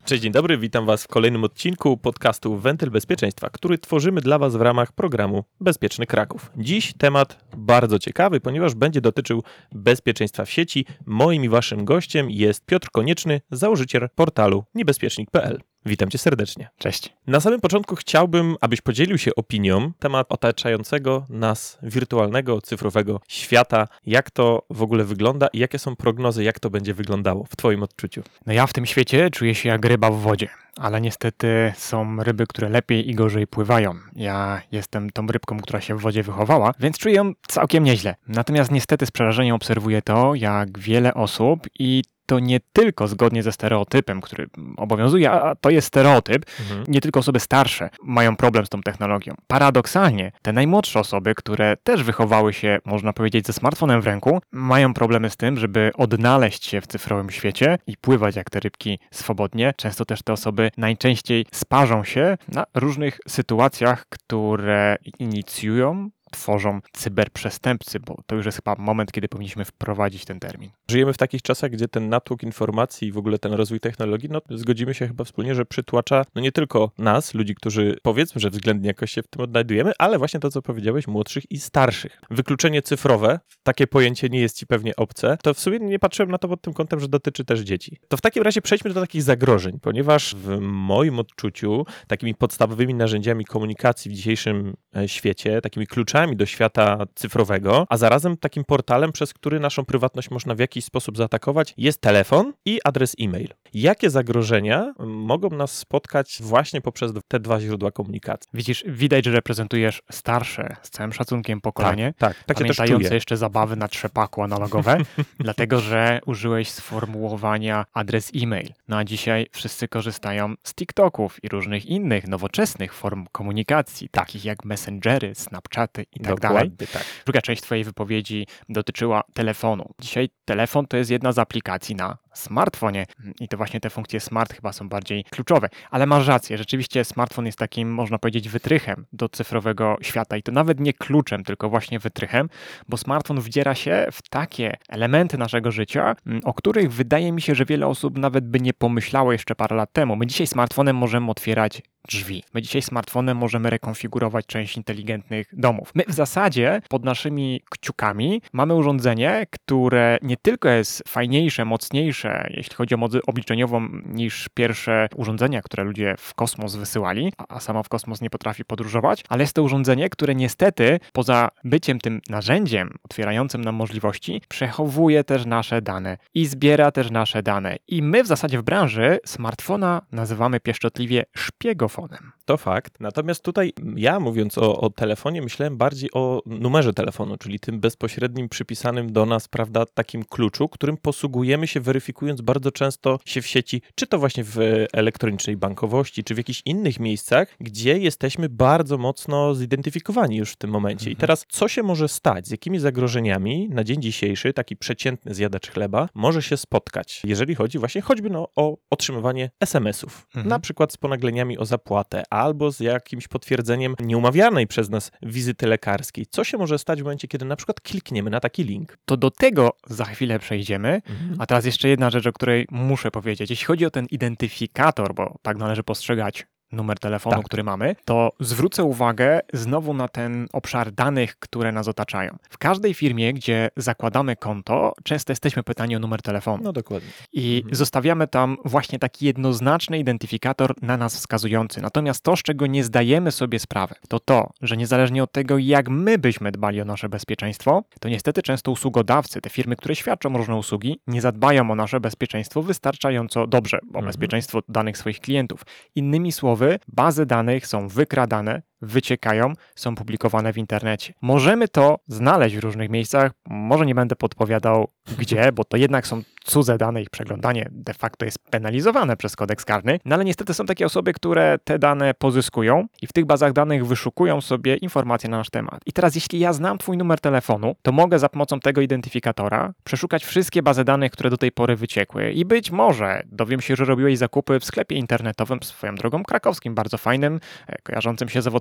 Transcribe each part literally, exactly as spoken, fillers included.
Cześć, dzień dobry, witam Was w kolejnym odcinku podcastu Wentyl Bezpieczeństwa, który tworzymy dla Was w ramach programu Bezpieczny Kraków. Dziś temat bardzo ciekawy, ponieważ będzie dotyczył bezpieczeństwa w sieci. Moim i Waszym gościem jest Piotr Konieczny, założyciel portalu niebezpiecznik kropka p l. Witam Cię serdecznie. Cześć. Na samym początku chciałbym, abyś podzielił się opinią na temat otaczającego nas wirtualnego, cyfrowego świata. Jak to w ogóle wygląda i jakie są prognozy, jak to będzie wyglądało w Twoim odczuciu? No ja w tym świecie czuję się jak ryba w wodzie, ale niestety są ryby, które lepiej i gorzej pływają. Ja jestem tą rybką, która się w wodzie wychowała, więc czuję ją całkiem nieźle. Natomiast niestety z przerażeniem obserwuję to, jak wiele osób i to nie tylko zgodnie ze stereotypem, który obowiązuje, a to jest stereotyp, mhm. nie tylko osoby starsze mają problem z tą technologią. Paradoksalnie, te najmłodsze osoby, które też wychowały się, można powiedzieć, ze smartfonem w ręku, mają problemy z tym, żeby odnaleźć się w cyfrowym świecie i pływać jak te rybki swobodnie. Często też te osoby najczęściej sparzą się na różnych sytuacjach, które inicjują, tworzą cyberprzestępcy, bo to już jest chyba moment, kiedy powinniśmy wprowadzić ten termin. Żyjemy w takich czasach, gdzie ten natłok informacji i w ogóle ten rozwój technologii, no zgodzimy się chyba wspólnie, że przytłacza no nie tylko nas, ludzi, którzy powiedzmy, że względnie jakoś się w tym odnajdujemy, ale właśnie to, co powiedziałeś, młodszych i starszych. Wykluczenie cyfrowe, takie pojęcie nie jest Ci pewnie obce, to w sumie nie patrzyłem na to pod tym kątem, że dotyczy też dzieci. To w takim razie przejdźmy do takich zagrożeń, ponieważ w moim odczuciu takimi podstawowymi narzędziami komunikacji w dzisiejszym świecie, takimi kluczami do świata cyfrowego, a zarazem takim portalem, przez który naszą prywatność można w jakiś sposób zaatakować, jest telefon i adres e-mail. Jakie zagrożenia mogą nas spotkać właśnie poprzez te dwa źródła komunikacji? Widzisz, widać, że reprezentujesz starsze, z całym szacunkiem pokolenie, tak, tak, tak pamiętające jeszcze zabawy na trzepaku analogowe, dlatego, że użyłeś sformułowania adres e-mail. No a dzisiaj wszyscy korzystają z TikToków i różnych innych nowoczesnych form komunikacji, takich jak Messengery, Snapchaty i tak dalej. Tak. Druga część twojej wypowiedzi dotyczyła telefonu. Dzisiaj telefon to jest jedna z aplikacji na smartfonie i to właśnie te funkcje smart chyba są bardziej kluczowe. Ale masz rację, rzeczywiście smartfon jest takim, można powiedzieć, wytrychem do cyfrowego świata i to nawet nie kluczem, tylko właśnie wytrychem, bo smartfon wdziera się w takie elementy naszego życia, o których wydaje mi się, że wiele osób nawet by nie pomyślało jeszcze parę lat temu. My dzisiaj smartfonem możemy otwierać drzwi. My dzisiaj smartfonem możemy rekonfigurować część inteligentnych domów. My w zasadzie pod naszymi kciukami mamy urządzenie, które nie tylko jest fajniejsze, mocniejsze, jeśli chodzi o moc obliczeniową, niż pierwsze urządzenia, które ludzie w kosmos wysyłali, a sama w kosmos nie potrafi podróżować, ale jest to urządzenie, które niestety poza byciem tym narzędziem otwierającym nam możliwości, przechowuje też nasze dane i zbiera też nasze dane. I my w zasadzie w branży smartfona nazywamy pieszczotliwie szpiegofonem. To fakt. Natomiast tutaj ja, mówiąc o, o telefonie, myślałem bardziej o numerze telefonu, czyli tym bezpośrednim przypisanym do nas, prawda, takim kluczu, którym posługujemy się, weryfikując bardzo często się w sieci, czy to właśnie w elektronicznej bankowości, czy w jakichś innych miejscach, gdzie jesteśmy bardzo mocno zidentyfikowani już w tym momencie. Mhm. I teraz co się może stać, z jakimi zagrożeniami na dzień dzisiejszy taki przeciętny zjadacz chleba może się spotkać, jeżeli chodzi właśnie choćby no, o otrzymywanie es em esów, mhm. na przykład z ponagleniami o zapłatę, albo z jakimś potwierdzeniem nieumawianej przez nas wizyty lekarskiej. Co się może stać w momencie, kiedy na przykład klikniemy na taki link? To do tego za chwilę przejdziemy, mhm. a teraz jeszcze jedna rzecz, o której muszę powiedzieć. Jeśli chodzi o ten identyfikator, bo tak należy postrzegać numer telefonu, tak. który mamy, to zwrócę uwagę znowu na ten obszar danych, które nas otaczają. W każdej firmie, gdzie zakładamy konto, często jesteśmy pytani o numer telefonu. No dokładnie. I mhm. zostawiamy tam właśnie taki jednoznaczny identyfikator na nas wskazujący. Natomiast to, z czego nie zdajemy sobie sprawy, to to, że niezależnie od tego, jak my byśmy dbali o nasze bezpieczeństwo, to niestety często usługodawcy, te firmy, które świadczą różne usługi, nie zadbają o nasze bezpieczeństwo wystarczająco dobrze, o mhm. bezpieczeństwo danych swoich klientów. Innymi słowy, bazy danych są wykradane, wyciekają, są publikowane w internecie. Możemy to znaleźć w różnych miejscach, może nie będę podpowiadał gdzie, bo to jednak są cudze dane, ich przeglądanie de facto jest penalizowane przez kodeks karny, no ale niestety są takie osoby, które te dane pozyskują i w tych bazach danych wyszukują sobie informacje na nasz temat. I teraz jeśli ja znam twój numer telefonu, to mogę za pomocą tego identyfikatora przeszukać wszystkie bazy danych, które do tej pory wyciekły i być może dowiem się, że robiłeś zakupy w sklepie internetowym swoją drogą krakowskim, bardzo fajnym, kojarzącym się z owocami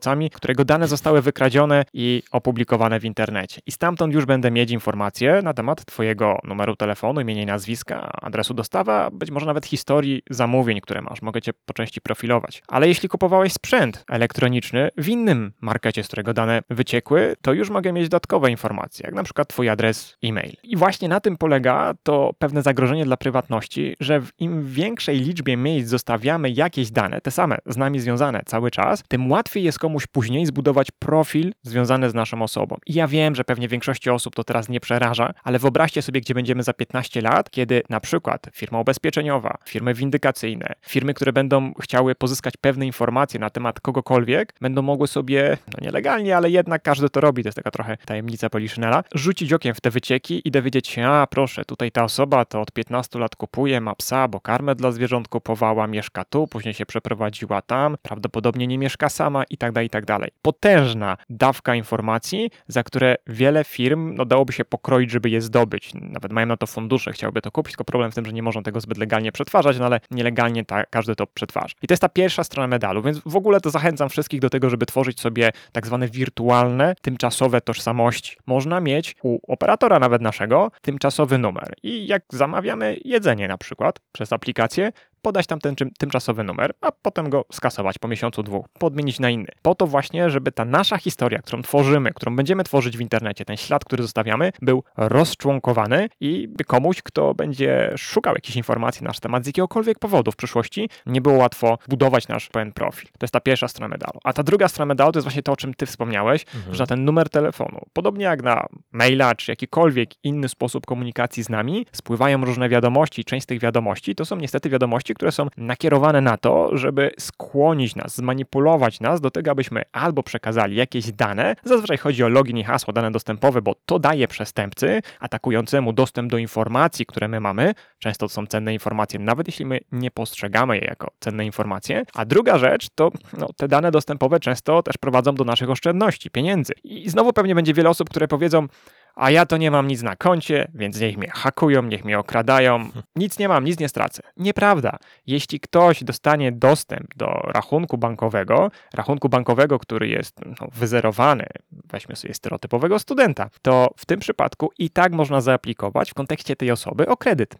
przestępcami, którego dane zostały wykradzione i opublikowane w internecie. I stamtąd już będę mieć informacje na temat twojego numeru telefonu, imienia i nazwiska, adresu dostawy, a być może nawet historii zamówień, które masz. Mogę cię po części profilować. Ale jeśli kupowałeś sprzęt elektroniczny w innym markecie, z którego dane wyciekły, to już mogę mieć dodatkowe informacje, jak na przykład twój adres e-mail. I właśnie na tym polega to pewne zagrożenie dla prywatności, że w im większej liczbie miejsc zostawiamy jakieś dane, te same z nami związane cały czas, tym łatwiej jest komuś później zbudować profil związany z naszą osobą. I ja wiem, że pewnie większości osób to teraz nie przeraża, ale wyobraźcie sobie, gdzie będziemy za piętnaście lat, kiedy na przykład firma ubezpieczeniowa, firmy windykacyjne, firmy, które będą chciały pozyskać pewne informacje na temat kogokolwiek, będą mogły sobie, no nielegalnie, ale jednak każdy to robi, to jest taka trochę tajemnica Poliszynela, rzucić okiem w te wycieki i dowiedzieć się, a proszę, tutaj ta osoba to od piętnastu lat kupuje, ma psa, bo karmę dla zwierząt kupowała, mieszka tu, później się przeprowadziła tam, prawdopodobnie nie mieszka sama i tak dalej, i tak dalej. Potężna dawka informacji, za które wiele firm, no dałoby się pokroić, żeby je zdobyć. Nawet mają na to fundusze, chciałby to kupić, tylko problem w tym, że nie mogą tego zbyt legalnie przetwarzać, no ale nielegalnie ta, każdy to przetwarza. I to jest ta pierwsza strona medalu, więc w ogóle to zachęcam wszystkich do tego, żeby tworzyć sobie tak zwane wirtualne, tymczasowe tożsamości. Można mieć u operatora nawet naszego tymczasowy numer i jak zamawiamy jedzenie na przykład przez aplikację, podać tam ten tymczasowy numer, a potem go skasować po miesiącu, dwóch, podmienić na inny. Po to właśnie, żeby ta nasza historia, którą tworzymy, którą będziemy tworzyć w internecie, ten ślad, który zostawiamy, był rozczłonkowany i by komuś, kto będzie szukał jakichś informacji na nasz temat z jakiegokolwiek powodu w przyszłości, nie było łatwo budować nasz pełen profil. To jest ta pierwsza strona medalu. A ta druga strona medalu to jest właśnie to, o czym ty wspomniałeś, mhm. że na ten numer telefonu, podobnie jak na maila, czy jakikolwiek inny sposób komunikacji z nami, spływają różne wiadomości. Część z tych wiadomości to są niestety wiadomości, które są nakierowane na to, żeby skłonić nas, zmanipulować nas do tego, abyśmy albo przekazali jakieś dane, zazwyczaj chodzi o login i hasło, dane dostępowe, bo to daje przestępcy atakującemu dostęp do informacji, które my mamy. Często to są cenne informacje, nawet jeśli my nie postrzegamy je jako cenne informacje. A druga rzecz to no, te dane dostępowe często też prowadzą do naszych oszczędności, pieniędzy. I znowu pewnie będzie wiele osób, które powiedzą: a ja to nie mam nic na koncie, więc niech mnie hakują, niech mnie okradają. Nic nie mam, nic nie stracę. Nieprawda. Jeśli ktoś dostanie dostęp do rachunku bankowego, rachunku bankowego, który jest no, wyzerowany, weźmy sobie stereotypowego studenta, to w tym przypadku i tak można zaaplikować w kontekście tej osoby o kredyt.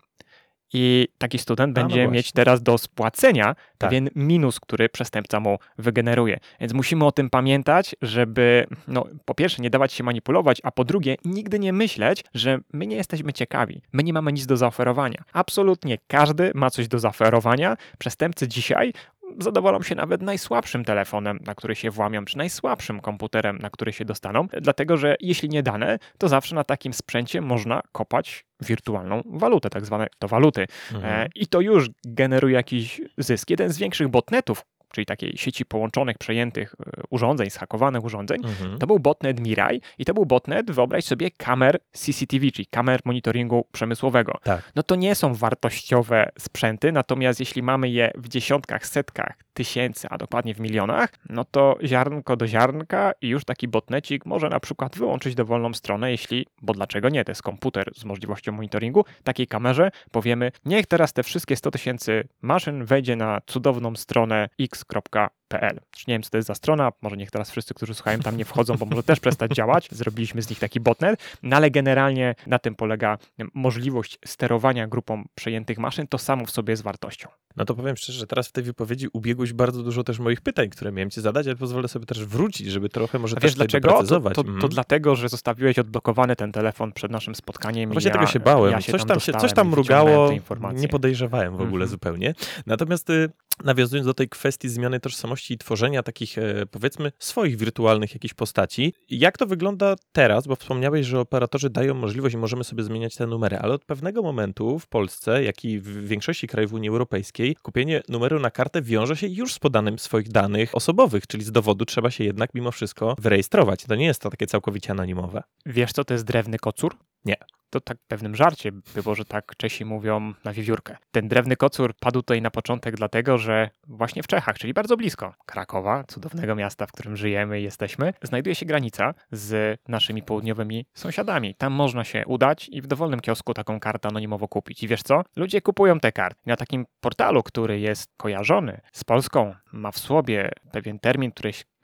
I taki student A, no będzie właśnie. mieć teraz do spłacenia Tak. pewien minus, który przestępca mu wygeneruje. Więc musimy o tym pamiętać, żeby no, po pierwsze nie dawać się manipulować, a po drugie nigdy nie myśleć, że my nie jesteśmy ciekawi. My nie mamy nic do zaoferowania. Absolutnie każdy ma coś do zaoferowania. Przestępcy dzisiaj zadowolą się nawet najsłabszym telefonem, na który się włamią, czy najsłabszym komputerem, na który się dostaną, dlatego że jeśli nie dane, to zawsze na takim sprzęcie można kopać wirtualną walutę, tak zwane to waluty. Mhm. E, I to już generuje jakiś zysk. Jeden z większych botnetów, czyli takiej sieci połączonych, przejętych e, urządzeń, zhakowanych urządzeń, Mhm. to był botnet Mirai i to był botnet, wyobraź sobie, kamer C C T V, czyli kamer monitoringu przemysłowego. Tak. No to nie są wartościowe sprzęty, natomiast jeśli mamy je w dziesiątkach, setkach tysięcy, a dokładnie w milionach, no to ziarnko do ziarnka i już taki botnecik może na przykład wyłączyć dowolną stronę, jeśli, bo dlaczego nie, to jest komputer z możliwością monitoringu, takiej kamerze powiemy, niech teraz te wszystkie sto tysięcy maszyn wejdzie na cudowną stronę x kropka p l. Nie wiem, co to jest za strona, może niech teraz wszyscy, którzy słuchają, tam nie wchodzą, bo może też przestać działać. Zrobiliśmy z nich taki botnet, no ale generalnie na tym polega możliwość sterowania grupą przejętych maszyn, to samo w sobie jest wartością. No to powiem szczerze, że teraz w tej wypowiedzi ubiegłeś bardzo dużo też moich pytań, które miałem ci zadać, ale pozwolę sobie też wrócić, żeby trochę może A też wiesz tutaj dlaczego? To, doprecyzować. to, to Mhm. dlatego, że zostawiłeś odblokowany ten telefon przed naszym spotkaniem. Właśnie i tego ja, się bałem. Ja się coś, tam tam się, coś dostałem tam i wyciągnąłem mrugało, te informacje. nie podejrzewałem w ogóle Mhm. zupełnie. Natomiast y, nawiązując do tej kwestii zmiany tożsamości i tworzenia takich, e, powiedzmy, swoich wirtualnych jakichś postaci, jak to wygląda teraz? Bo wspomniałeś, że operatorzy dają możliwość i możemy sobie zmieniać te numery, ale od pewnego momentu w Polsce, jak i w większości krajów Unii Europejskiej, kupienie numeru na kartę wiąże się już z podaniem swoich danych osobowych, czyli z dowodu trzeba się jednak mimo wszystko wyrejestrować. To nie jest to takie całkowicie anonimowe. Wiesz, co to jest drewny kocur? Nie. To tak w pewnym żarcie było, że tak Czesi mówią na wiewiórkę. Ten drewny kocur padł tutaj na początek dlatego, że właśnie w Czechach, czyli bardzo blisko Krakowa, cudownego miasta, w którym żyjemy i jesteśmy, znajduje się granica z naszymi południowymi sąsiadami. Tam można się udać i w dowolnym kiosku taką kartę anonimowo kupić. I wiesz co? Ludzie kupują te karty. Na takim portalu, który jest kojarzony z Polską, ma w sobie pewien termin, który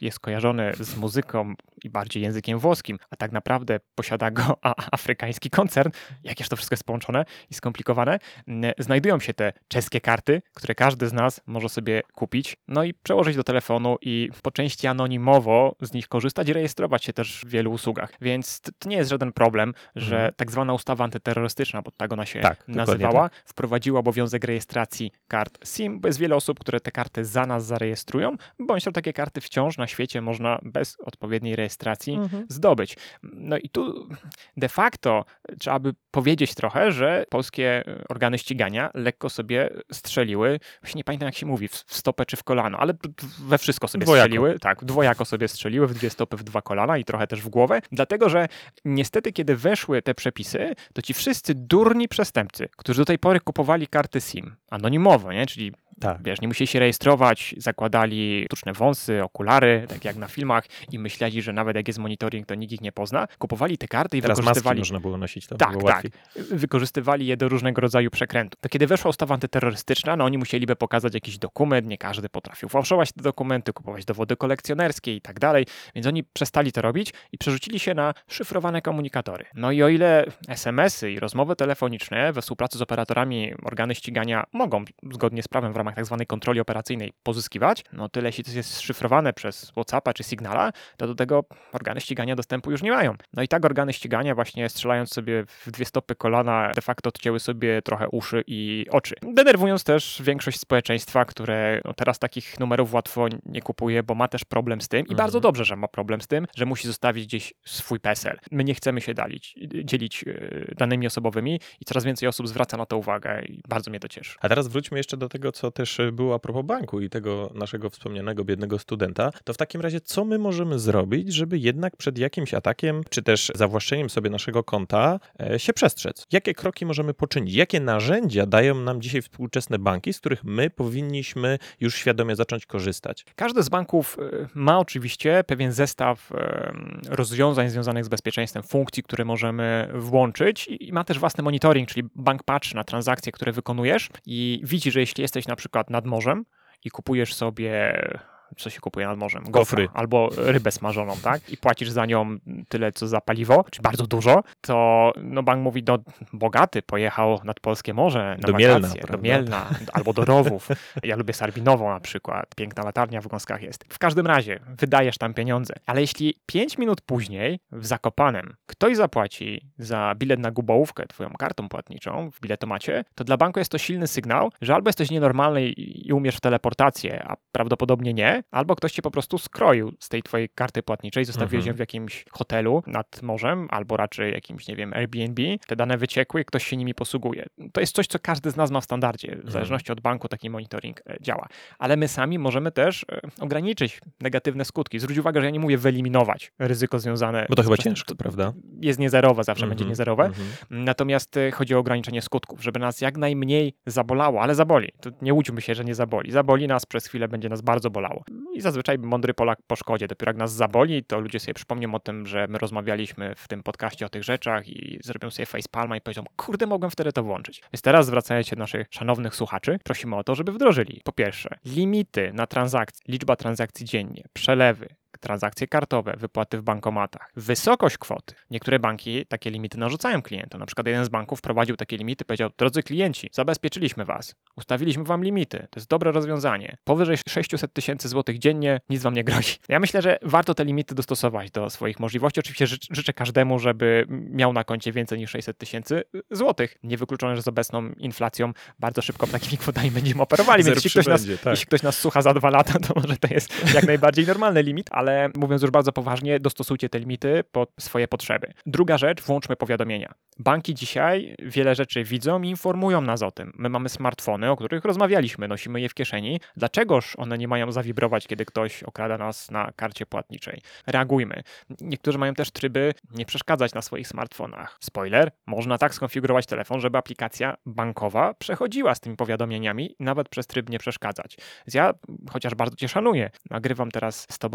jest kojarzony z muzyką i bardziej językiem włoskim, a tak naprawdę posiada go a, afrykański koncern, jakież to wszystko jest połączone i skomplikowane, znajdują się te czeskie karty, które każdy z nas może sobie kupić, no i przełożyć do telefonu i po części anonimowo z nich korzystać i rejestrować się też w wielu usługach. Więc to nie jest żaden problem, że Mhm. tak zwana ustawa antyterrorystyczna, bo tak ona się Tak, dokładnie nazywała, wprowadziła obowiązek rejestracji kart SIM, bo jest wiele osób, które te karty za nas zarejestrują, bądź to takie karty wciąż na świecie można bez odpowiedniej rejestracji Mhm. zdobyć. No i tu de facto trzeba by powiedzieć trochę, że polskie organy ścigania lekko sobie strzeliły, właśnie nie pamiętam jak się mówi, w stopę czy w kolano, ale we wszystko sobie Dwojako. strzeliły. Tak, dwojako sobie strzeliły, w dwie stopy, w dwa kolana i trochę też w głowę, dlatego że niestety kiedy weszły te przepisy, to ci wszyscy durni przestępcy, którzy do tej pory kupowali karty SIM anonimowo, nie? Czyli Tak. wiesz, nie musieli się rejestrować, zakładali sztuczne wąsy, okulary, tak jak na filmach i myśleli, że nawet jak jest monitoring, to nikt ich nie pozna. Kupowali te karty i Teraz maski wykorzystywali... można było nosić, to Tak, było tak. łatwiej. Wykorzystywali je do różnego rodzaju przekrętów. To kiedy weszła ustawa antyterrorystyczna, no oni musieliby pokazać jakiś dokument, nie każdy potrafił fałszować te dokumenty, kupować dowody kolekcjonerskie i tak dalej, więc oni przestali to robić i przerzucili się na szyfrowane komunikatory. No i o ile es em esy i rozmowy telefoniczne we współpracy z operatorami organy ścigania mogą zgodnie z prawem w ramach tak zwanej kontroli operacyjnej pozyskiwać, no tyle jeśli to jest szyfrowane przez WhatsAppa czy Signala, to do tego organy ścigania dostępu już nie mają. No i tak organy ścigania właśnie strzelając sobie w dwie stopy kolana de facto odcięły sobie trochę uszy i oczy. Denerwując też większość społeczeństwa, które no, teraz takich numerów łatwo nie kupuje, bo ma też problem z tym i Mhm. bardzo dobrze, że ma problem z tym, że musi zostawić gdzieś swój PESEL. My nie chcemy się dalić, dzielić yy, danymi osobowymi i coraz więcej osób zwraca na to uwagę i bardzo mnie to cieszy. A teraz wróćmy jeszcze do tego, co też było a propos banku i tego naszego wspomnianego biednego studenta. To w takim razie co my możemy zrobić, żeby jednak przed jakimś atakiem, czy też zawłaszczeniem sobie naszego konta e, się przestrzec? Jakie kroki możemy poczynić? Jakie narzędzia dają nam dzisiaj współczesne banki, z których my powinniśmy już świadomie zacząć korzystać? Każdy z banków y, ma oczywiście pewien zestaw y, rozwiązań związanych z bezpieczeństwem, funkcji, które możemy włączyć i ma też własny monitoring, czyli bank patrzy na transakcje, które wykonujesz i widzi, że jeśli jesteś na przykład nad morzem i kupujesz sobie... co się kupuje nad morzem? Gofry. Gofra albo rybę smażoną, tak? I płacisz za nią tyle, co za paliwo, czy bardzo dużo, to no bank mówi, no bogaty pojechał nad polskie morze na Do Mielna, wakacje, do prawda? Mielna, albo do Rowów. Ja lubię Sarbinową na przykład. Piękna latarnia w Gąskach jest. W każdym razie wydajesz tam pieniądze, ale jeśli pięć minut później w Zakopanem ktoś zapłaci za bilet na Gubołówkę twoją kartą płatniczą w biletomacie, to dla banku jest to silny sygnał, że albo jesteś nienormalny i umiesz w teleportację, a prawdopodobnie nie, albo ktoś cię po prostu skroił z tej twojej karty płatniczej, zostawiłeś Mhm. ją w jakimś hotelu nad morzem, albo raczej jakimś, nie wiem, Airbnb, te dane wyciekły i ktoś się nimi posługuje. To jest coś, co każdy z nas ma w standardzie. W zależności od banku taki monitoring e, działa. Ale my sami możemy też e, ograniczyć negatywne skutki. Zwróć uwagę, że ja nie mówię wyeliminować ryzyko związane... Bo to z chyba przestęp- ciężko, prawda? Jest niezerowe, zawsze będzie Mhm, niezerowe. mhm. Natomiast e, chodzi o ograniczenie skutków, żeby nas jak najmniej zabolało, ale zaboli. To nie łudźmy się, że nie zaboli. Zaboli nas przez chwilę, będzie nas bardzo bolało. I zazwyczaj mądry Polak po szkodzie. Dopiero jak nas zaboli, to ludzie sobie przypomnią o tym, że my rozmawialiśmy w tym podcaście o tych rzeczach i zrobią sobie facepalma i powiedzą, kurde, mogłem wtedy to włączyć. Więc teraz zwracając się do naszych szanownych słuchaczy, prosimy o to, żeby wdrożyli. Po pierwsze, limity na transakcje, liczba transakcji dziennie, przelewy, transakcje kartowe, wypłaty w bankomatach, wysokość kwoty. Niektóre banki takie limity narzucają klientom. Na przykład jeden z banków wprowadził takie limity, powiedział, drodzy klienci, zabezpieczyliśmy was, ustawiliśmy wam limity, to jest dobre rozwiązanie. Powyżej sześćset tysięcy złotych dziennie nic wam nie grozi. Ja myślę, że warto te limity dostosować do swoich możliwości. Oczywiście ży- życzę każdemu, żeby miał na koncie więcej niż sześćset tysięcy złotych. Niewykluczone, że z obecną inflacją bardzo szybko takimi kwotami będziemy operowali, więc jeśli ktoś, nas, Będzie, tak. jeśli ktoś nas słucha za dwa lata, to może to jest jak najbardziej normalny limit, ale mówiąc już bardzo poważnie, dostosujcie te limity pod swoje potrzeby. Druga rzecz, włączmy powiadomienia. Banki dzisiaj wiele rzeczy widzą i informują nas o tym. My mamy smartfony, o których rozmawialiśmy, nosimy je w kieszeni. Dlaczegoż one nie mają zawibrować, kiedy ktoś okrada nas na karcie płatniczej? Reagujmy. Niektórzy mają też tryby nie przeszkadzać na swoich smartfonach. Spoiler, można tak skonfigurować telefon, żeby aplikacja bankowa przechodziła z tymi powiadomieniami i nawet przez tryb nie przeszkadzać. Więc ja, chociaż bardzo cię szanuję, nagrywam teraz z tobą ten odcinek,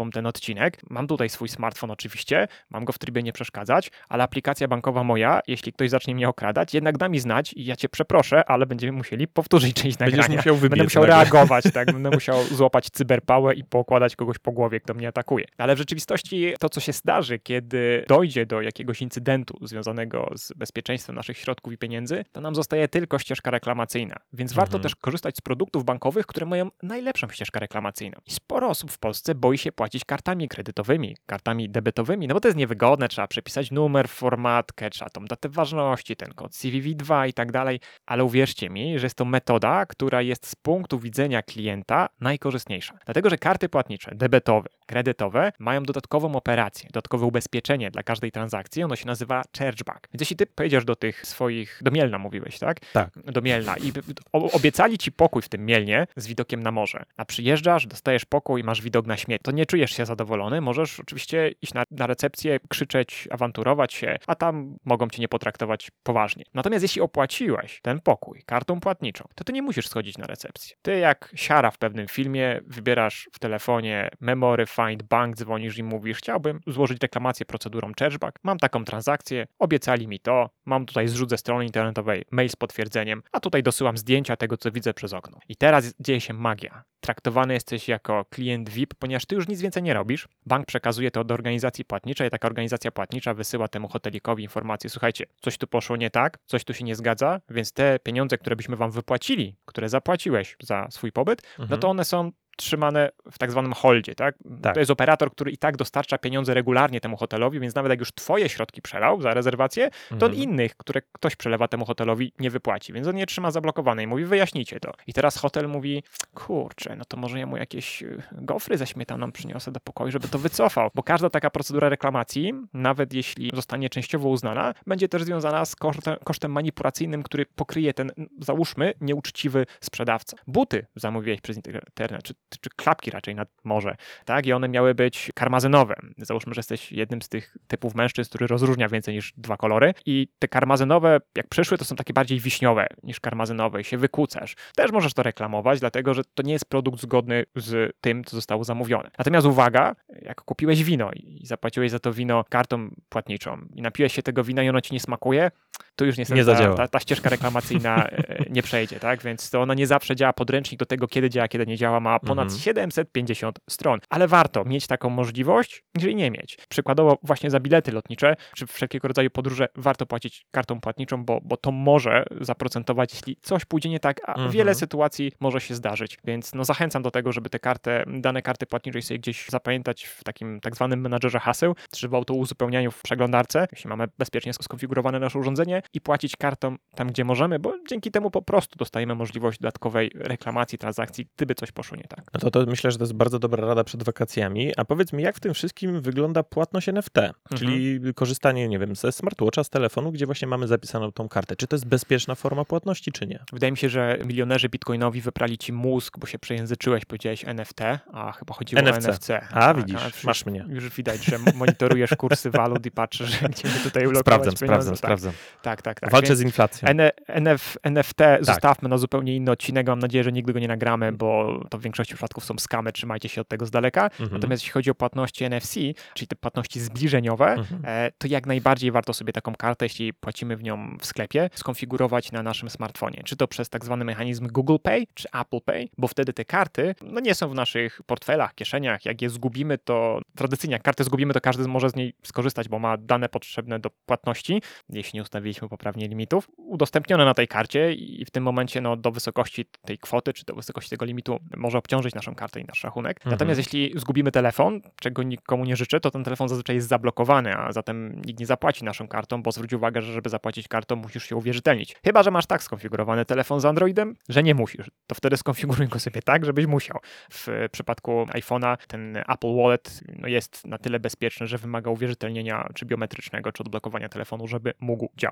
odcinek. Mam tutaj swój smartfon oczywiście, mam go w trybie nie przeszkadzać, ale aplikacja bankowa moja, jeśli ktoś zacznie mnie okradać, jednak da mi znać i ja cię przeproszę, ale będziemy musieli powtórzyć część Będziesz nagrania. musiał wybiec Będę musiał nagle. reagować, tak? Będę musiał złapać cyberpałę i pokładać kogoś po głowie, kto mnie atakuje. Ale w rzeczywistości to, co się zdarzy, kiedy dojdzie do jakiegoś incydentu związanego z bezpieczeństwem naszych środków i pieniędzy, to nam zostaje tylko ścieżka reklamacyjna. Więc Mhm. warto też korzystać z produktów bankowych, które mają najlepszą ścieżkę reklamacyjną. I sporo osób w Polsce boi się płacić kartami kredytowymi, kartami debetowymi, no bo to jest niewygodne, trzeba przepisać numer, formatkę, trzeba tą datę ważności, ten kod C V V dwa i tak dalej, ale uwierzcie mi, że jest to metoda, która jest z punktu widzenia klienta najkorzystniejsza. Dlatego, że karty płatnicze, debetowe, kredytowe mają dodatkową operację, dodatkowe ubezpieczenie dla każdej transakcji, ono się nazywa chargeback. Więc jeśli ty pojedziesz do tych swoich, do Mielna mówiłeś, tak? Tak. Do Mielna i o- obiecali ci pokój w tym Mielnie z widokiem na morze, a przyjeżdżasz, dostajesz pokój i masz widok na śmierć, to nie czujesz się zadowolony, możesz oczywiście iść na, na recepcję, krzyczeć, awanturować się, a tam mogą cię nie potraktować poważnie. Natomiast jeśli opłaciłeś ten pokój kartą płatniczą, to ty nie musisz schodzić na recepcję. Ty jak siara w pewnym filmie wybierasz w telefonie memory, find bank, dzwonisz i mówisz, chciałbym złożyć reklamację procedurą chargeback, mam taką transakcję, obiecali mi to, mam tutaj zrzut ze strony internetowej, mail z potwierdzeniem, a tutaj dosyłam zdjęcia tego, co widzę przez okno. I teraz dzieje się magia. Traktowany jesteś jako klient V I P, ponieważ ty już nic więcej nie robisz. Bank przekazuje to do organizacji płatniczej, taka organizacja płatnicza wysyła temu hotelikowi informację, słuchajcie, coś tu poszło nie tak, coś tu się nie zgadza, więc te pieniądze, które byśmy wam wypłacili, które zapłaciłeś za swój pobyt, Mhm. no to one są trzymane w tak zwanym holdzie, tak? Tak. To jest operator, który i tak dostarcza pieniądze regularnie temu hotelowi, więc nawet jak już twoje środki przelał za rezerwację, to on Mhm. innych, które ktoś przelewa temu hotelowi, nie wypłaci, więc on je trzyma zablokowane i mówi, wyjaśnijcie to. I teraz hotel mówi, kurczę, no to może ja mu jakieś y, gofry ze śmietaną przyniosę do pokoju, żeby to wycofał, bo każda taka procedura reklamacji, nawet jeśli zostanie częściowo uznana, będzie też związana z kosztem, kosztem manipulacyjnym, który pokryje ten, załóżmy, nieuczciwy sprzedawca. Buty zamówiłeś przez internet, czy czy klapki raczej na morze, tak? I one miały być karmazynowe. Załóżmy, że jesteś jednym z tych typów mężczyzn, który rozróżnia więcej niż dwa kolory i te karmazynowe, jak przyszły, to są takie bardziej wiśniowe niż karmazynowe i się wykucasz. Też możesz to reklamować, dlatego, że to nie jest produkt zgodny z tym, co zostało zamówione. Natomiast uwaga, jak kupiłeś wino i zapłaciłeś za to wino kartą płatniczą i napiłeś się tego wina i ono ci nie smakuje, to już niestety Nie ta, zadziała. ta, ta ścieżka reklamacyjna e, nie przejdzie, tak? Więc to ona nie zawsze działa, podręcznik do tego, kiedy działa, kiedy nie działa, ma ponad Mhm. siedemset pięćdziesiąt stron, ale warto mieć taką możliwość, niż jej nie mieć. Przykładowo właśnie za bilety lotnicze, czy wszelkiego rodzaju podróże warto płacić kartą płatniczą, bo, bo to może zaprocentować, jeśli coś pójdzie nie tak, a Mhm. wiele sytuacji może się zdarzyć, więc no zachęcam do tego, żeby te karty, dane karty płatniczej sobie gdzieś zapamiętać w takim tak zwanym menadżerze haseł, czy w autouzupełnianiu w przeglądarce, jeśli mamy bezpiecznie skonfigurowane nasze urządzenie i płacić kartą tam, gdzie możemy, bo dzięki temu po prostu dostajemy możliwość dodatkowej reklamacji transakcji, gdyby coś poszło nie tak. No to, to myślę, że to jest bardzo dobra rada przed wakacjami. A powiedz mi, jak w tym wszystkim wygląda płatność N F T? Czyli korzystanie, nie wiem, ze smartwatcha, z telefonu, gdzie właśnie mamy zapisaną tą kartę. Czy to jest bezpieczna forma płatności, czy nie? Wydaje mi się, że milionerzy bitcoinowi wyprali ci mózg, bo się przejęzyczyłeś, powiedziałeś N F T, a chyba chodziło N F C. o N F C. A, widzisz, już- masz mnie. Już widać, że monitorujesz kursy walut i patrzysz, gdzie my tutaj ulokować Sprawdzam, pieniądze. sprawdzam, tak, sprawdzam. Tak, tak, tak. Walczę Więc z inflacją. N- NF, N F T zostawmy na zupełnie inny odcinek. Mam nadzieję, że nigdy go nie nagramy, bo to w większości przypadków są skamy. Trzymajcie się od tego z daleka. Mhm. Natomiast jeśli chodzi o płatności N F C, czyli te płatności zbliżeniowe, Mhm. e, to jak najbardziej warto sobie taką kartę, jeśli płacimy w nią w sklepie, skonfigurować na naszym smartfonie. Czy to przez tak zwany mechanizm Google Pay, czy Apple Pay, bo wtedy te karty no nie są w naszych portfelach, kieszeniach. Jak je zgubimy, to tradycyjnie jak kartę zgubimy, to każdy może z niej skorzystać, bo ma dane potrzebne do płatności, jeśli nie ustawiliśmy poprawnie limitów, udostępnione na tej karcie i w tym momencie no, do wysokości tej kwoty, czy do wysokości tego limitu może obciążyć naszą kartę i nasz rachunek. Mhm. Natomiast jeśli zgubimy telefon, czego nikomu nie życzę, to ten telefon zazwyczaj jest zablokowany, a zatem nikt nie zapłaci naszą kartą, bo zwróć uwagę, że żeby zapłacić kartą, musisz się uwierzytelnić. Chyba że masz tak skonfigurowany telefon z Androidem, że nie musisz. To wtedy skonfiguruj go sobie tak, żebyś musiał. W przypadku iPhone'a ten Apple Wallet no, jest na tyle bezpieczny, że wymaga uwierzytelnienia czy biometrycznego, czy odblokowania telefonu, żeby mógł działać.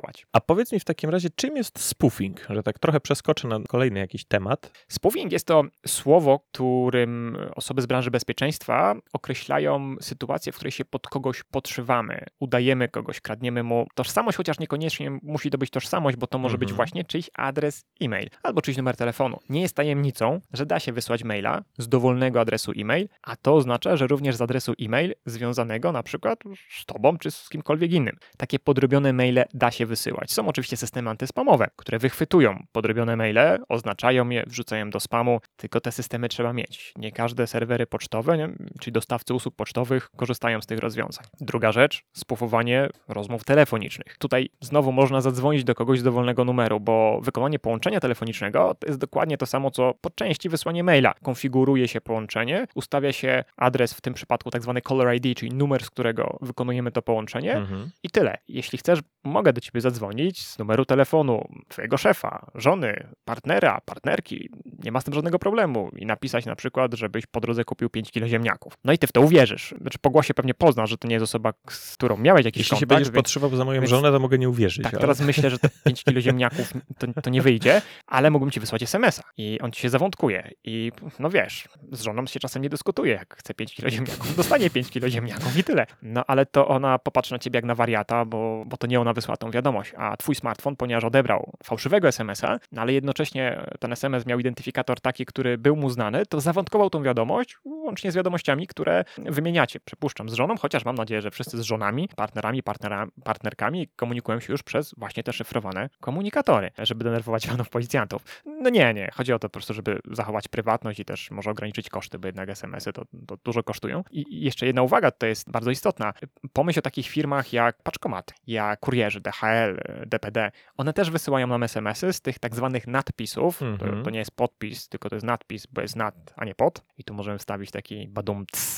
działać. A powiedz mi w takim razie, czym jest spoofing? Że tak trochę przeskoczę na kolejny jakiś temat. Spoofing jest to słowo, którym osoby z branży bezpieczeństwa określają sytuację, w której się pod kogoś podszywamy, udajemy kogoś, kradniemy mu tożsamość, chociaż niekoniecznie musi to być tożsamość, bo to może Mhm. być właśnie czyjś adres e-mail albo czyjś numer telefonu. Nie jest tajemnicą, że da się wysłać maila z dowolnego adresu e-mail, a to oznacza, że również z adresu e-mail związanego na przykład z tobą czy z kimkolwiek innym. Takie podrobione maile da się wysyłać. Są oczywiście systemy antyspamowe, które wychwytują podrobione maile, oznaczają je, wrzucają do spamu, tylko te systemy trzeba mieć. Nie każde serwery pocztowe, nie, czyli dostawcy usług pocztowych korzystają z tych rozwiązań. Druga rzecz, spoofowanie rozmów telefonicznych. Tutaj znowu można zadzwonić do kogoś z dowolnego numeru, bo wykonanie połączenia telefonicznego to jest dokładnie to samo, co po części wysłanie maila. Konfiguruje się połączenie, ustawia się adres, w tym przypadku tak zwany caller I D, czyli numer, z którego wykonujemy to połączenie Mhm. i tyle. Jeśli chcesz, mogę do ciebie zadzwonić z numeru telefonu twojego szefa, żony, partnera, partnerki. Nie ma z tym żadnego problemu. I napisać na przykład, żebyś po drodze kupił pięć kilo ziemniaków. No i ty w to uwierzysz. Znaczy po głosie pewnie poznasz, że to nie jest osoba, z którą miałeś jakiś Jeśli się kontakt. będziesz więc- podszywał za moją więc- żonę, to mogę nie uwierzyć. Tak, ale- teraz myślę, że te pięć kilo ziemniaków to, to nie wyjdzie, ale mógłbym ci wysłać es em es a i on ci się zawątkuje. I no wiesz, z żoną się czasem nie dyskutuje, jak chce pięć kilo ziemniaków, dostanie pięć kilo ziemniaków i tyle. No ale to ona popatrzy na ciebie jak na wariata, bo, bo to nie ona wysłała tą wiadomość, a twój smartfon, ponieważ odebrał fałszywego es em es a, no ale jednocześnie ten es em es miał identyfikator taki, który był mu znany, to zawątkował tą wiadomość, łącznie z wiadomościami, które wymieniacie, przypuszczam, z żoną, chociaż mam nadzieję, że wszyscy z żonami, partnerami, partnera, partnerkami komunikują się już przez właśnie te szyfrowane komunikatory, żeby denerwować panów policjantów. No nie, nie. Chodzi o to po prostu, żeby zachować prywatność i też może ograniczyć koszty, bo jednak es em es y to, to dużo kosztują. I jeszcze jedna uwaga, to jest bardzo istotna. Pomyśl o takich firmach jak Paczkomat, jak kurierzy, D H L, D P D. One też wysyłają nam es em es y z tych tak zwanych nadpisów. Mhm. To, to nie jest podpis, tylko to jest nadpis, bo jest nad, a nie pod. I tu możemy wstawić taki badumc.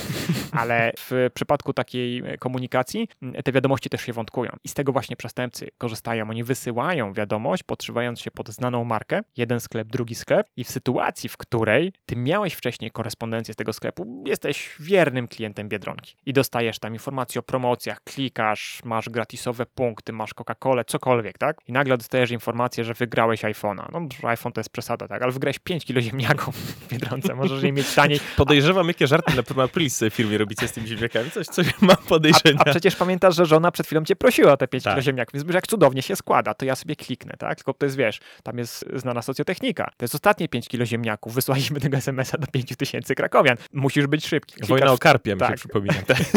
Ale w przypadku takiej komunikacji te wiadomości też się wątkują. I z tego właśnie przestępcy korzystają. Oni wysyłają wiadomość, podszywając się pod znaną markę, jeden sklep, drugi sklep i w sytuacji, w której ty miałeś wcześniej korespondencję z tego sklepu, jesteś wiernym klientem Biedronki i dostajesz tam informacje o promocjach, klikasz, masz gratisowe punkty, masz Coca-Colę, cokolwiek, tak? I nagle dostajesz informację, że wygrałeś iPhone'a. No, że iPhone to jest przesada, tak? Ale wygrałeś pięć kilo ziemniaków w Biedronce, możesz je mieć taniej. Podejrzewam, jakie żarty na Prima Aprilis w firmie robicie z tymi ziemniakami. Coś, coś mam podejrzenia. A, a przecież pamiętasz, że żona przed chwilą cię prosiła o te pięć Tak. kilo ziemniaków, więc jak cudownie się składa, to ja sobie kliknę, tak? Tylko to jest, wiesz, tam jest znana socjotechnika. To jest ostatnie pięć kilo ziemniaków. Wysłaliśmy tego es em es a do pięć tysięcy krakowian. Musisz być szybki. Klikasz Wojna o w- karpia mi się tak. przypomina.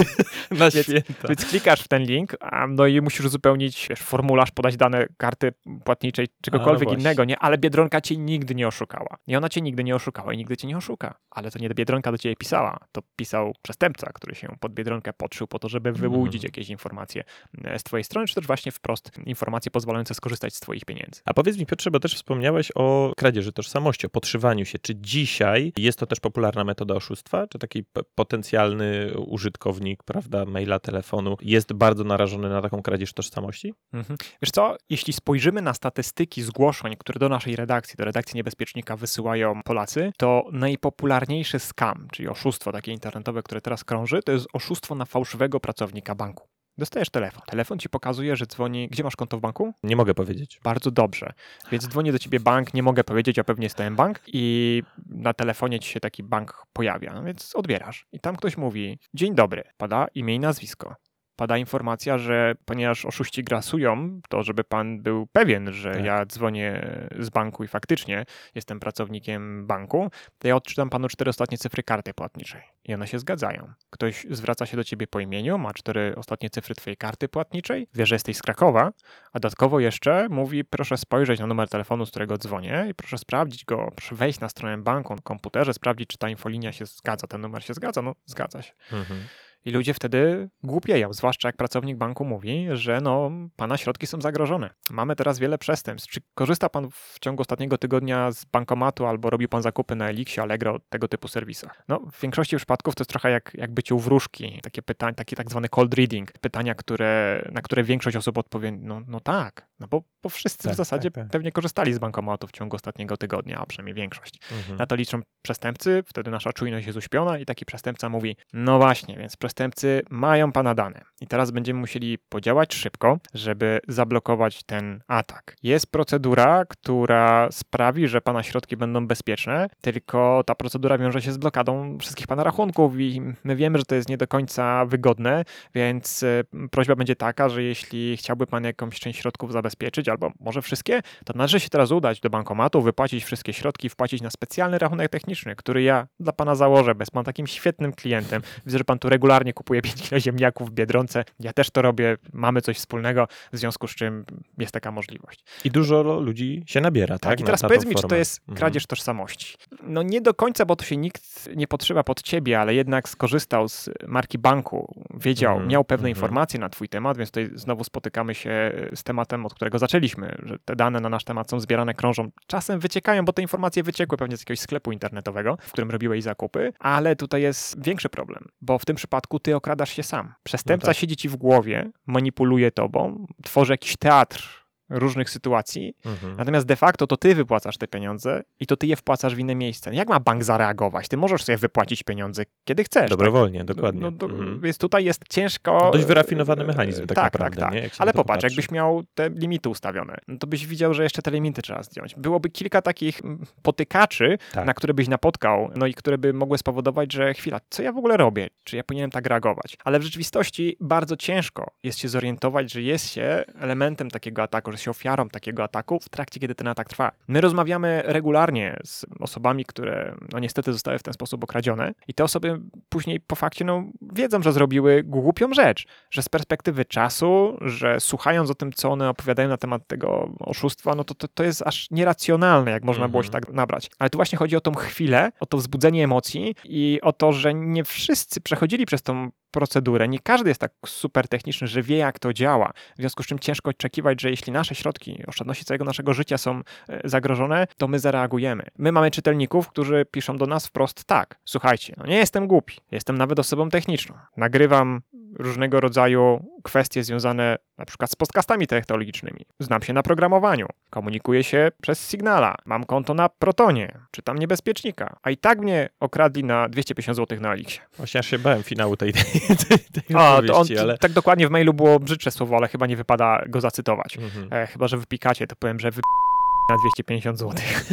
Na Więc- święta. Więc klikasz w ten link, a no i musisz uzupełnić wiesz, formularz, podać dane karty płatniczej, czegokolwiek właśnie. innego, nie? Ale Biedronka cię nigdy nie oszukała. I ona cię nigdy nie oszukała i nigdy cię nie oszuka. Ale to nie Biedronka do ciebie pisała. To pisał przestępca, który się pod Biedronkę podszył po to, żeby wyłudzić Mhm. jakieś informacje e, z twojej strony, czy też właśnie wprost informacje pozwalające skorzystać z twoich pieniędzy. A powiedz mi, Piotrze, bo też wspomniałeś o kradzieży tożsamości, o podszywaniu się. Czy dzisiaj jest to też popularna metoda oszustwa? Czy taki p- potencjalny użytkownik, prawda, maila, telefonu jest bardzo narażony na taką kradzież tożsamości? Mhm. Wiesz co, jeśli spojrzymy na statystyki zgłoszeń, które do naszej redakcji, do redakcji Niebezpiecznika wysyłają Polacy, to najpopularniejszy scam, czyli oszustwo takie internetowe, które teraz krąży, to jest oszustwo na fałszywego pracownika banku. Dostajesz telefon. Telefon ci pokazuje, że dzwoni... Gdzie masz konto w banku? Nie mogę powiedzieć. Bardzo dobrze. Więc dzwoni do ciebie bank, nie mogę powiedzieć, a pewnie jest ten bank i na telefonie ci się taki bank pojawia, no więc odbierasz. I tam ktoś mówi, dzień dobry, pada imię i nazwisko. Pada informacja, że ponieważ oszuści grasują, to żeby pan był pewien, że Tak. ja dzwonię z banku i faktycznie jestem pracownikiem banku, to ja odczytam panu cztery ostatnie cyfry karty płatniczej. I one się zgadzają. Ktoś zwraca się do ciebie po imieniu, ma cztery ostatnie cyfry twojej karty płatniczej, wie, że jesteś z Krakowa, a dodatkowo jeszcze mówi, proszę spojrzeć na numer telefonu, z którego dzwonię i proszę sprawdzić go, proszę wejść na stronę banku na komputerze, sprawdzić, czy ta infolinia się zgadza, ten numer się zgadza, no zgadza się. Mhm. I ludzie wtedy głupieją, zwłaszcza jak pracownik banku mówi, że no, pana środki są zagrożone. Mamy teraz wiele przestępstw. Czy korzysta pan w ciągu ostatniego tygodnia z bankomatu albo robił pan zakupy na Elixie, Allegro, tego typu serwisach? No, w większości przypadków to jest trochę jak, jak bycie u wróżki. Takie pytania, taki tak zwany cold reading. Pytania, które, na które większość osób odpowie, no, no tak. No bo, bo wszyscy Tak, w zasadzie tak, tak. pewnie korzystali z bankomatu w ciągu ostatniego tygodnia, a przynajmniej większość. Mhm. Na to liczą przestępcy, wtedy nasza czujność jest uśpiona i taki przestępca mówi, no właśnie, więc przestępcy przestępcy mają pana dane. I teraz będziemy musieli podziałać szybko, żeby zablokować ten atak. Jest procedura, która sprawi, że pana środki będą bezpieczne, tylko ta procedura wiąże się z blokadą wszystkich pana rachunków i my wiemy, że to jest nie do końca wygodne, więc prośba będzie taka, że jeśli chciałby pan jakąś część środków zabezpieczyć, albo może wszystkie, to należy się teraz udać do bankomatu, wypłacić wszystkie środki, wpłacić na specjalny rachunek techniczny, który ja dla pana założę, bo jest pan takim świetnym klientem. Widzę, że pan tu regularnie kupuje pięć kilo ziemniaków w Biedronce. Ja też to robię, mamy coś wspólnego, w związku z czym jest taka możliwość. I dużo ludzi się nabiera, tak? Tak, i teraz na, na powiedz mi, formę. czy to jest Mhm. kradzież tożsamości. No nie do końca, bo to się nikt nie podszywa pod ciebie, ale jednak skorzystał z marki banku, wiedział, Mhm. miał pewne Mhm. informacje na twój temat, więc tutaj znowu spotykamy się z tematem, od którego zaczęliśmy, że te dane na nasz temat są zbierane, krążą, czasem wyciekają, bo te informacje wyciekły pewnie z jakiegoś sklepu internetowego, w którym robiłeś zakupy, ale tutaj jest większy problem, bo w tym przypadku ty okradasz się sam. Przestępca No tak. siedzi ci w głowie, manipuluje tobą, tworzy jakiś teatr różnych sytuacji, Mhm. natomiast de facto to ty wypłacasz te pieniądze i to ty je wpłacasz w inne miejsce. Jak ma bank zareagować? Ty możesz sobie wypłacić pieniądze, kiedy chcesz. Dobrowolnie, tak? dokładnie. No, do, Mhm. Więc tutaj jest ciężko... Dość wyrafinowany mechanizm tak, tak naprawdę. Tak, tak. Nie? Jak się Ale na to popatrz, popatrzy. jakbyś miał te limity ustawione, no to byś widział, że jeszcze te limity trzeba zdjąć. Byłoby kilka takich mm, potykaczy, Tak. na które byś napotkał, no i które by mogły spowodować, że chwila, co ja w ogóle robię? Czy ja powinienem tak reagować? Ale w rzeczywistości bardzo ciężko jest się zorientować, że jest się elementem takiego ataku, że jest się ofiarą takiego ataku w trakcie, kiedy ten atak trwa. My rozmawiamy regularnie z osobami, które no niestety zostały w ten sposób okradzione i te osoby później po fakcie no, wiedzą, że zrobiły głupią rzecz, że z perspektywy czasu, że słuchając o tym, co one opowiadają na temat tego oszustwa, no to, to, to jest aż nieracjonalne, jak można było się tak nabrać. Ale tu właśnie chodzi o tą chwilę, o to wzbudzenie emocji i o to, że nie wszyscy przechodzili przez tą procedurę. Nie każdy jest tak super techniczny, że wie, jak to działa. W związku z czym ciężko oczekiwać, że jeśli nasze środki, oszczędności całego naszego życia są e, zagrożone, to my zareagujemy. My mamy czytelników, którzy piszą do nas wprost tak. Słuchajcie, no nie jestem głupi. Jestem nawet osobą techniczną. Nagrywam różnego rodzaju kwestie związane na przykład z podcastami technologicznymi. Znam się na programowaniu. Komunikuję się przez Signala. Mam konto na Protonie. Czytam Niebezpiecznika. A i tak mnie okradli na dwieście pięćdziesiąt złotych na Elixie. Właśnie aż się bałem finału tej, tej, tej, tej A, to on, opowieści, ale... tak dokładnie w mailu było brzydsze słowo, ale chyba nie wypada go zacytować. Mhm. E, chyba, że wypikacie, to powiem, że wy... na dwieście pięćdziesiąt złotych.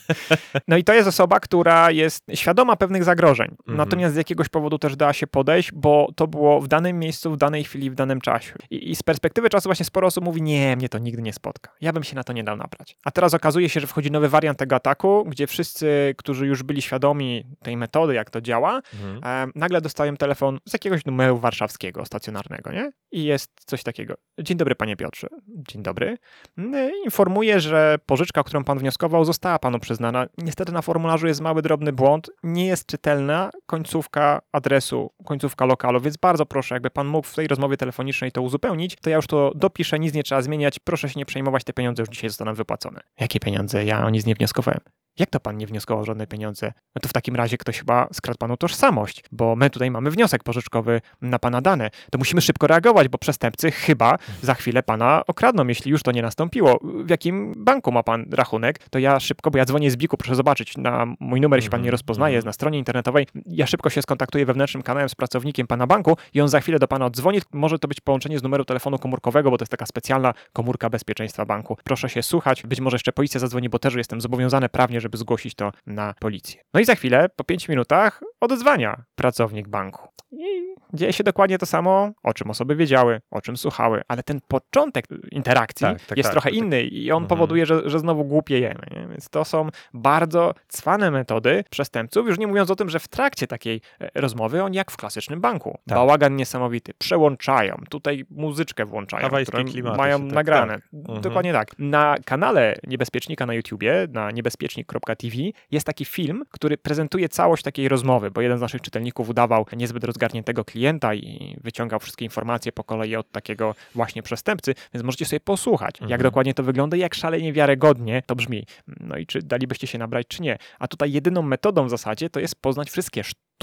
No i to jest osoba, która jest świadoma pewnych zagrożeń. Mhm. Natomiast z jakiegoś powodu też dała się podejść, bo to było w danym miejscu, w danej chwili, w danym czasie. I, i z perspektywy czasu właśnie sporo osób mówi, nie, mnie to nigdy nie spotka. Ja bym się na to nie dał nabrać. A teraz okazuje się, że wchodzi nowy wariant tego ataku, gdzie wszyscy, którzy już byli świadomi tej metody, jak to działa, Mhm. e, nagle dostają telefon z jakiegoś numeru warszawskiego, stacjonarnego, nie? I jest coś takiego. Dzień dobry, panie Piotrze. Dzień dobry. E, Informuję, że pożyczka, o którą pan wnioskował, została panu przyznana. Niestety na formularzu jest mały, drobny błąd. Nie jest czytelna końcówka adresu, końcówka lokalu, więc bardzo proszę, jakby pan mógł w tej rozmowie telefonicznej to uzupełnić, to ja już to dopiszę, nic nie trzeba zmieniać. Proszę się nie przejmować, te pieniądze już dzisiaj zostaną wypłacone. Jakie pieniądze? Ja o nic nie wnioskowałem. Jak to pan nie wnioskował o żadne pieniądze? No to w takim razie ktoś chyba skradł panu tożsamość, bo my tutaj mamy wniosek pożyczkowy na pana dane. To musimy szybko reagować, bo przestępcy chyba za chwilę pana okradną, jeśli już to nie nastąpiło. W jakim banku ma pan rachunek? To ja szybko, bo ja dzwonię z biku, proszę zobaczyć, na mój numer, jeśli pan nie rozpoznaje, jest na stronie internetowej. Ja szybko się skontaktuję wewnętrznym kanałem z pracownikiem pana banku i on za chwilę do pana oddzwoni. Może to być połączenie z numeru telefonu komórkowego, bo to jest taka specjalna komórka bezpieczeństwa banku. Proszę się słuchać. Być może jeszcze policja zadzwoni, bo też jestem zobowiązany prawnie, żeby zgłosić to na policję. No i za chwilę, po pięciu minutach, odzwania pracownik banku. I dzieje się dokładnie to samo, o czym osoby wiedziały, o czym słuchały, ale ten początek interakcji Tak, tak, jest tak. trochę To tak- inny i on Mhm. powoduje, że, że znowu głupiejemy. Nie? Więc to są bardzo cwane metody przestępców, już nie mówiąc o tym, że w trakcie takiej e, rozmowy oni jak w klasycznym banku. Tak. Bałagan niesamowity, przełączają, tutaj muzyczkę włączają, Hawajskie którą klimaty mają się tak- nagrane. tak. Mhm. Dokładnie tak. Na kanale Niebezpiecznika na YouTubie, na niebezpiecznik kropka t v jest taki film, który prezentuje całość takiej rozmowy, bo jeden z naszych czytelników udawał niezbyt rozgarniętego klienta i wyciągał wszystkie informacje po kolei od takiego właśnie przestępcy, więc możecie sobie posłuchać, jak Mhm. dokładnie to wygląda i jak szalenie wiarygodnie to brzmi. No i czy dalibyście się nabrać, czy nie. A tutaj jedyną metodą w zasadzie to jest poznać wszystkie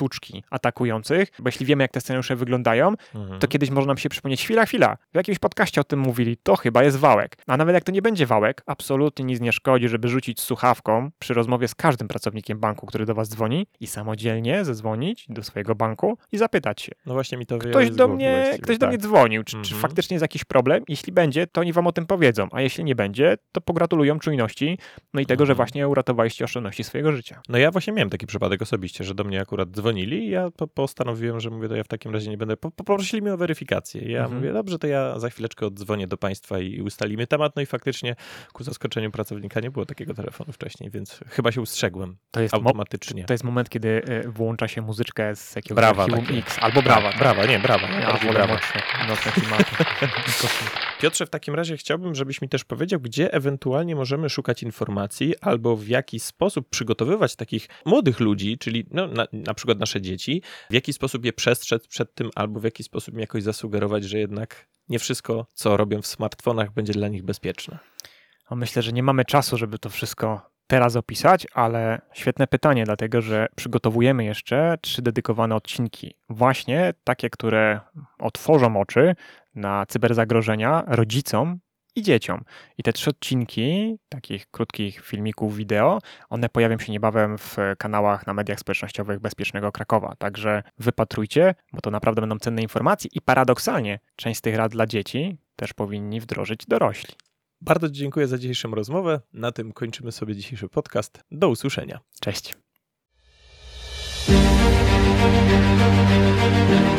sztuczki atakujących, bo jeśli wiemy, jak te scenariusze wyglądają, Mhm. to kiedyś może nam się przypomnieć, chwila, chwila, w jakimś podcaście o tym mówili, to chyba jest wałek. A nawet jak to nie będzie wałek, absolutnie nic nie szkodzi, żeby rzucić słuchawką przy rozmowie z każdym pracownikiem banku, który do was dzwoni i samodzielnie zadzwonić do swojego banku i zapytać się. No właśnie mi to wyjęło Ktoś z do głowy mnie, właściwie, ktoś do tak. mnie dzwonił, czy, czy Mhm. faktycznie jest jakiś problem? Jeśli będzie, to oni wam o tym powiedzą, a jeśli nie będzie, to pogratulują czujności, no i tego, że Mhm. właśnie uratowaliście oszczędności swojego życia. No ja właśnie miałem taki przypadek osobiście, że do mnie akurat dzwonili i ja po, postanowiłem, że mówię, to ja w takim razie nie będę, po, poprosili mnie o weryfikację. Ja Mhm. mówię, dobrze, to ja za chwileczkę oddzwonię do państwa i, i ustalimy temat, no i faktycznie ku zaskoczeniu pracownika nie było takiego telefonu wcześniej, więc chyba się ustrzegłem To jest, mo- automatycznie. to jest moment, kiedy e, włącza się muzyczkę z jakiegoś Brawa archiwum takie. X, albo brawa. Brawa, nie, brawa. Ja bardziej wolę brawa. mocne, mocne klimaty. Piotrze, w takim razie chciałbym, żebyś mi też powiedział, gdzie ewentualnie możemy szukać informacji albo w jaki sposób przygotowywać takich młodych ludzi, czyli no, na, na przykład nasze dzieci, w jaki sposób je przestrzec przed tym albo w jaki sposób im jakoś zasugerować, że jednak nie wszystko, co robią w smartfonach, będzie dla nich bezpieczne. No myślę, że nie mamy czasu, żeby to wszystko teraz opisać, ale świetne pytanie, dlatego że przygotowujemy jeszcze trzy dedykowane odcinki. Właśnie takie, które otworzą oczy na cyberzagrożenia rodzicom i dzieciom. I te trzy odcinki takich krótkich filmików wideo, one pojawią się niebawem w kanałach na mediach społecznościowych Bezpiecznego Krakowa. Także wypatrujcie, bo to naprawdę będą cenne informacje i paradoksalnie część z tych rad dla dzieci też powinni wdrożyć dorośli. Bardzo Ci dziękuję za dzisiejszą rozmowę. Na tym kończymy sobie dzisiejszy podcast. Do usłyszenia. Cześć.